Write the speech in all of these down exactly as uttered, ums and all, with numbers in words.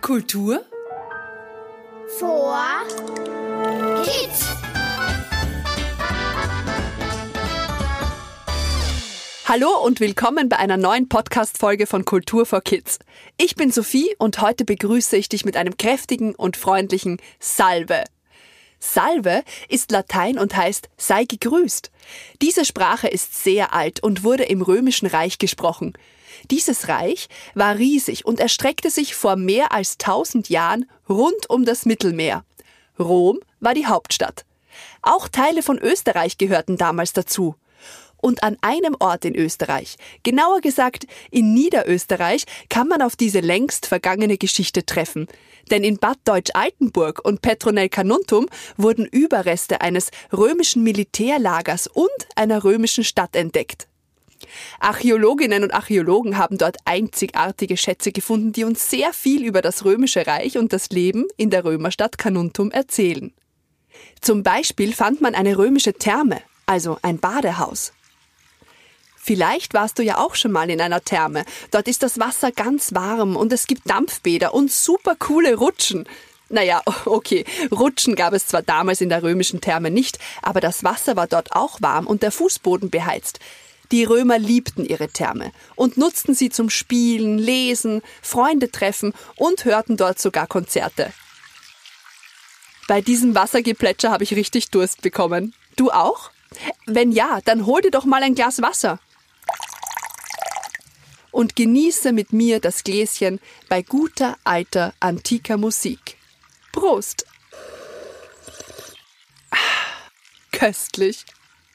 Kultur vor Kids. Hallo und willkommen bei einer neuen Podcast-Folge von Kultur for Kids. Ich bin Sophie und heute begrüße ich dich mit einem kräftigen und freundlichen Salve. Salve ist Latein und heißt sei gegrüßt. Diese Sprache ist sehr alt und wurde im Römischen Reich gesprochen. Dieses Reich war riesig und erstreckte sich vor mehr als tausend Jahren rund um das Mittelmeer. Rom war die Hauptstadt. Auch Teile von Österreich gehörten damals dazu. Und an einem Ort in Österreich, genauer gesagt in Niederösterreich, kann man auf diese längst vergangene Geschichte treffen. Denn in Bad Deutsch-Altenburg und Petronell-Carnuntum wurden Überreste eines römischen Militärlagers und einer römischen Stadt entdeckt. Archäologinnen und Archäologen haben dort einzigartige Schätze gefunden, die uns sehr viel über das Römische Reich und das Leben in der Römerstadt Carnuntum erzählen. Zum Beispiel fand man eine römische Therme, also ein Badehaus. Vielleicht warst du ja auch schon mal in einer Therme. Dort ist das Wasser ganz warm und es gibt Dampfbäder und super coole Rutschen. Naja, okay, Rutschen gab es zwar damals in der römischen Therme nicht, aber das Wasser war dort auch warm und der Fußboden beheizt. Die Römer liebten ihre Therme und nutzten sie zum Spielen, Lesen, Freunde treffen und hörten dort sogar Konzerte. Bei diesem Wassergeplätscher habe ich richtig Durst bekommen. Du auch? Wenn ja, dann hol dir doch mal ein Glas Wasser. Und genieße mit mir das Gläschen bei guter, alter, antiker Musik. Prost! Ah, köstlich!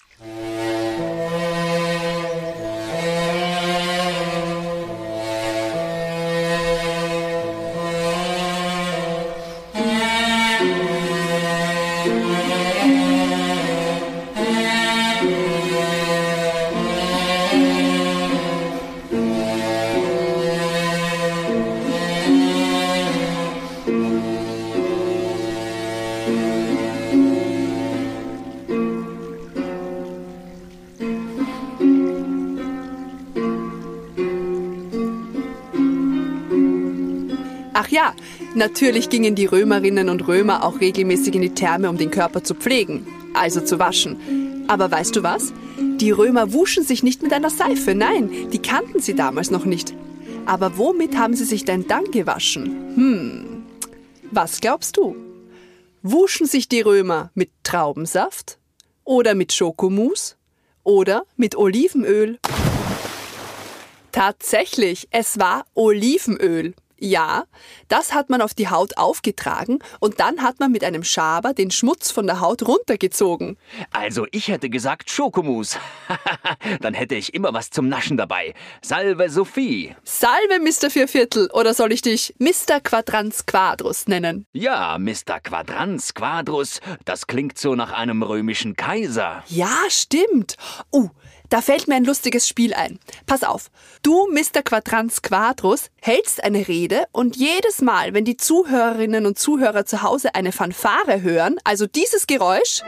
Ach ja, natürlich gingen die Römerinnen und Römer auch regelmäßig in die Therme, um den Körper zu pflegen, also zu waschen. Aber weißt du was? Die Römer wuschen sich nicht mit einer Seife, nein, die kannten sie damals noch nicht. Aber womit haben sie sich denn dann gewaschen? Hm, was glaubst du? Wuschen sich die Römer mit Traubensaft? Oder mit Schokomus? Oder mit Olivenöl? Tatsächlich, es war Olivenöl. Ja, das hat man auf die Haut aufgetragen und dann hat man mit einem Schaber den Schmutz von der Haut runtergezogen. Also ich hätte gesagt Schokomus. Dann hätte ich immer was zum Naschen dabei. Salve Sophie. Salve Mister Vierviertel, oder soll ich dich Mister Quadrans Quadrus nennen? Ja, Mister Quadrans Quadrus, das klingt so nach einem römischen Kaiser. Ja, stimmt. Uh, da fällt mir ein lustiges Spiel ein. Pass auf, du, Mister Quadrans Quadrus, hältst eine Rede und jedes Mal, wenn die Zuhörerinnen und Zuhörer zu Hause eine Fanfare hören, also dieses Geräusch,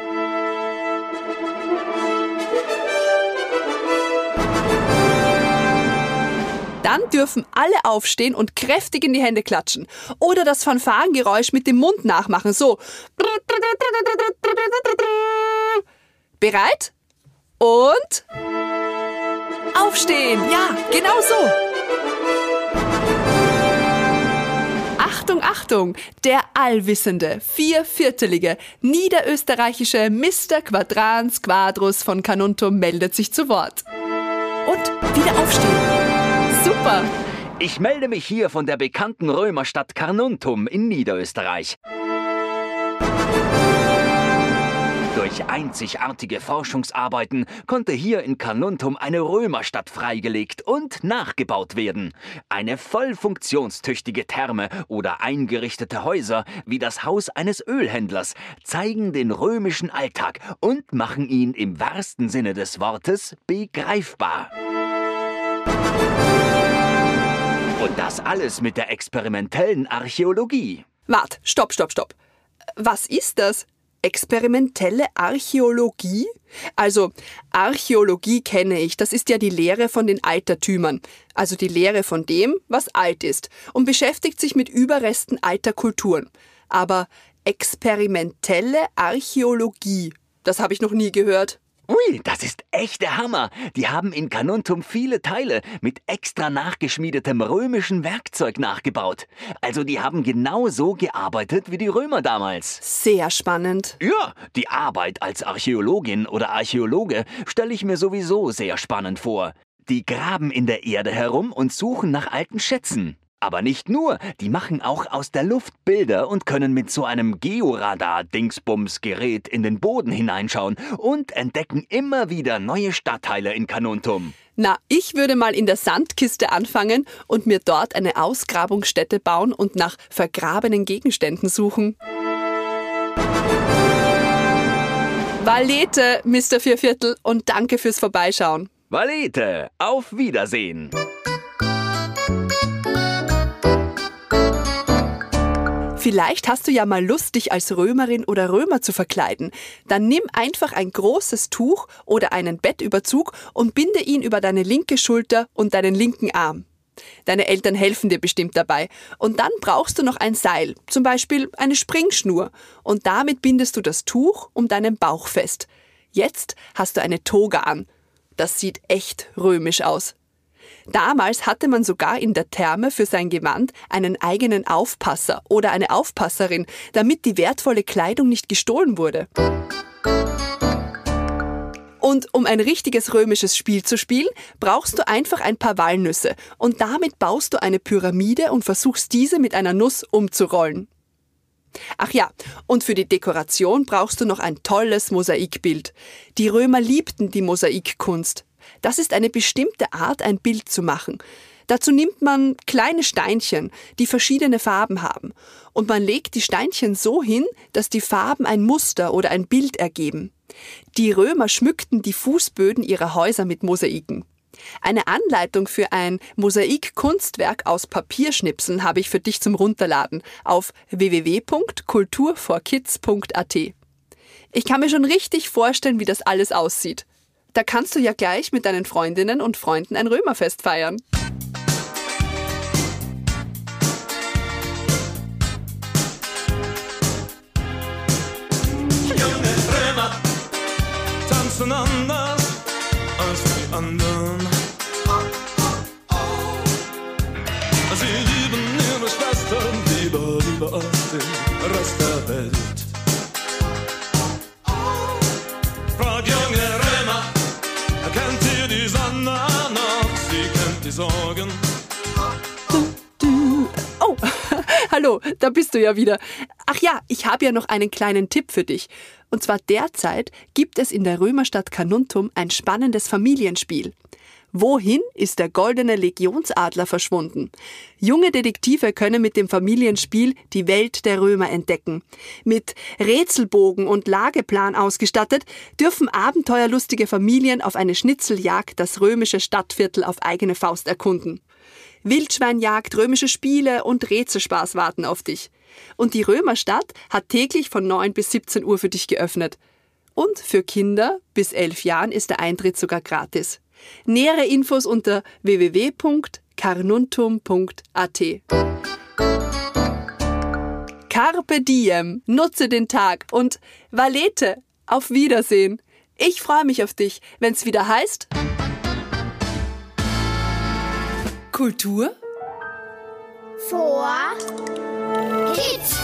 dann dürfen alle aufstehen und kräftig in die Hände klatschen. Oder das Fanfarengeräusch mit dem Mund nachmachen, so. Bereit? Und aufstehen. Ja, genau so. Achtung, Achtung, der allwissende, vierviertelige, niederösterreichische Mister Quadrans Quadrus von Carnuntum meldet sich zu Wort. Und wieder aufstehen. Super. Ich melde mich hier von der bekannten Römerstadt Carnuntum in Niederösterreich. Durch einzigartige Forschungsarbeiten konnte hier in Carnuntum eine Römerstadt freigelegt und nachgebaut werden. Eine voll funktionstüchtige Therme oder eingerichtete Häuser wie das Haus eines Ölhändlers zeigen den römischen Alltag und machen ihn im wahrsten Sinne des Wortes begreifbar. Und das alles mit der experimentellen Archäologie. Wart, stopp, stopp, stopp. Was ist das? Experimentelle Archäologie? Also, Archäologie kenne ich, das ist ja die Lehre von den Altertümern, also die Lehre von dem, was alt ist, und beschäftigt sich mit Überresten alter Kulturen. Aber experimentelle Archäologie, das habe ich noch nie gehört. Ui, das ist echt der Hammer. Die haben in Carnuntum viele Teile mit extra nachgeschmiedetem römischen Werkzeug nachgebaut. Also die haben genau so gearbeitet wie die Römer damals. Sehr spannend. Ja, die Arbeit als Archäologin oder Archäologe stelle ich mir sowieso sehr spannend vor. Die graben in der Erde herum und suchen nach alten Schätzen. Aber nicht nur, die machen auch aus der Luft Bilder und können mit so einem Georadar-Dingsbums-Gerät in den Boden hineinschauen und entdecken immer wieder neue Stadtteile in Carnuntum. Na, ich würde mal in der Sandkiste anfangen und mir dort eine Ausgrabungsstätte bauen und nach vergrabenen Gegenständen suchen. Valete, Mister Vierviertel, und danke fürs Vorbeischauen. Valete, auf Wiedersehen. Vielleicht hast du ja mal Lust, dich als Römerin oder Römer zu verkleiden. Dann nimm einfach ein großes Tuch oder einen Bettüberzug und binde ihn über deine linke Schulter und deinen linken Arm. Deine Eltern helfen dir bestimmt dabei. Und dann brauchst du noch ein Seil, zum Beispiel eine Springschnur. Und damit bindest du das Tuch um deinen Bauch fest. Jetzt hast du eine Toga an. Das sieht echt römisch aus. Damals hatte man sogar in der Therme für sein Gewand einen eigenen Aufpasser oder eine Aufpasserin, damit die wertvolle Kleidung nicht gestohlen wurde. Und um ein richtiges römisches Spiel zu spielen, brauchst du einfach ein paar Walnüsse und damit baust du eine Pyramide und versuchst diese mit einer Nuss umzurollen. Ach ja, und für die Dekoration brauchst du noch ein tolles Mosaikbild. Die Römer liebten die Mosaikkunst. Das ist eine bestimmte Art, ein Bild zu machen. Dazu nimmt man kleine Steinchen, die verschiedene Farben haben. Und man legt die Steinchen so hin, dass die Farben ein Muster oder ein Bild ergeben. Die Römer schmückten die Fußböden ihrer Häuser mit Mosaiken. Eine Anleitung für ein Mosaikkunstwerk aus Papierschnipseln habe ich für dich zum Runterladen auf w w w punkt kultur for kids punkt a t. Ich kann mir schon richtig vorstellen, wie das alles aussieht. Da kannst du ja gleich mit deinen Freundinnen und Freunden ein Römerfest feiern. Junge Römer tanzen anders als die anderen. Sie lieben ihre Schwestern lieber, lieber als den Rest der Welt. Frag junge Römer, kennt ihr die Sonne noch? Sie kennt die Sorgen. Oh, hallo, da bist du ja wieder. Ach ja, ich habe ja noch einen kleinen Tipp für dich. Und zwar derzeit gibt es in der Römerstadt Carnuntum ein spannendes Familienspiel. Wohin ist der goldene Legionsadler verschwunden? Junge Detektive können mit dem Familienspiel die Welt der Römer entdecken. Mit Rätselbogen und Lageplan ausgestattet, dürfen abenteuerlustige Familien auf eine Schnitzeljagd das römische Stadtviertel auf eigene Faust erkunden. Wildschweinjagd, römische Spiele und Rätselspaß warten auf dich. Und die Römerstadt hat täglich von neun bis siebzehn Uhr für dich geöffnet. Und für Kinder bis elf Jahren ist der Eintritt sogar gratis. Nähere Infos unter w w w punkt carnuntum punkt a t. Carpe diem, nutze den Tag und Valete, auf Wiedersehen. Ich freue mich auf dich, wenn's wieder heißt Kultur vor Kids.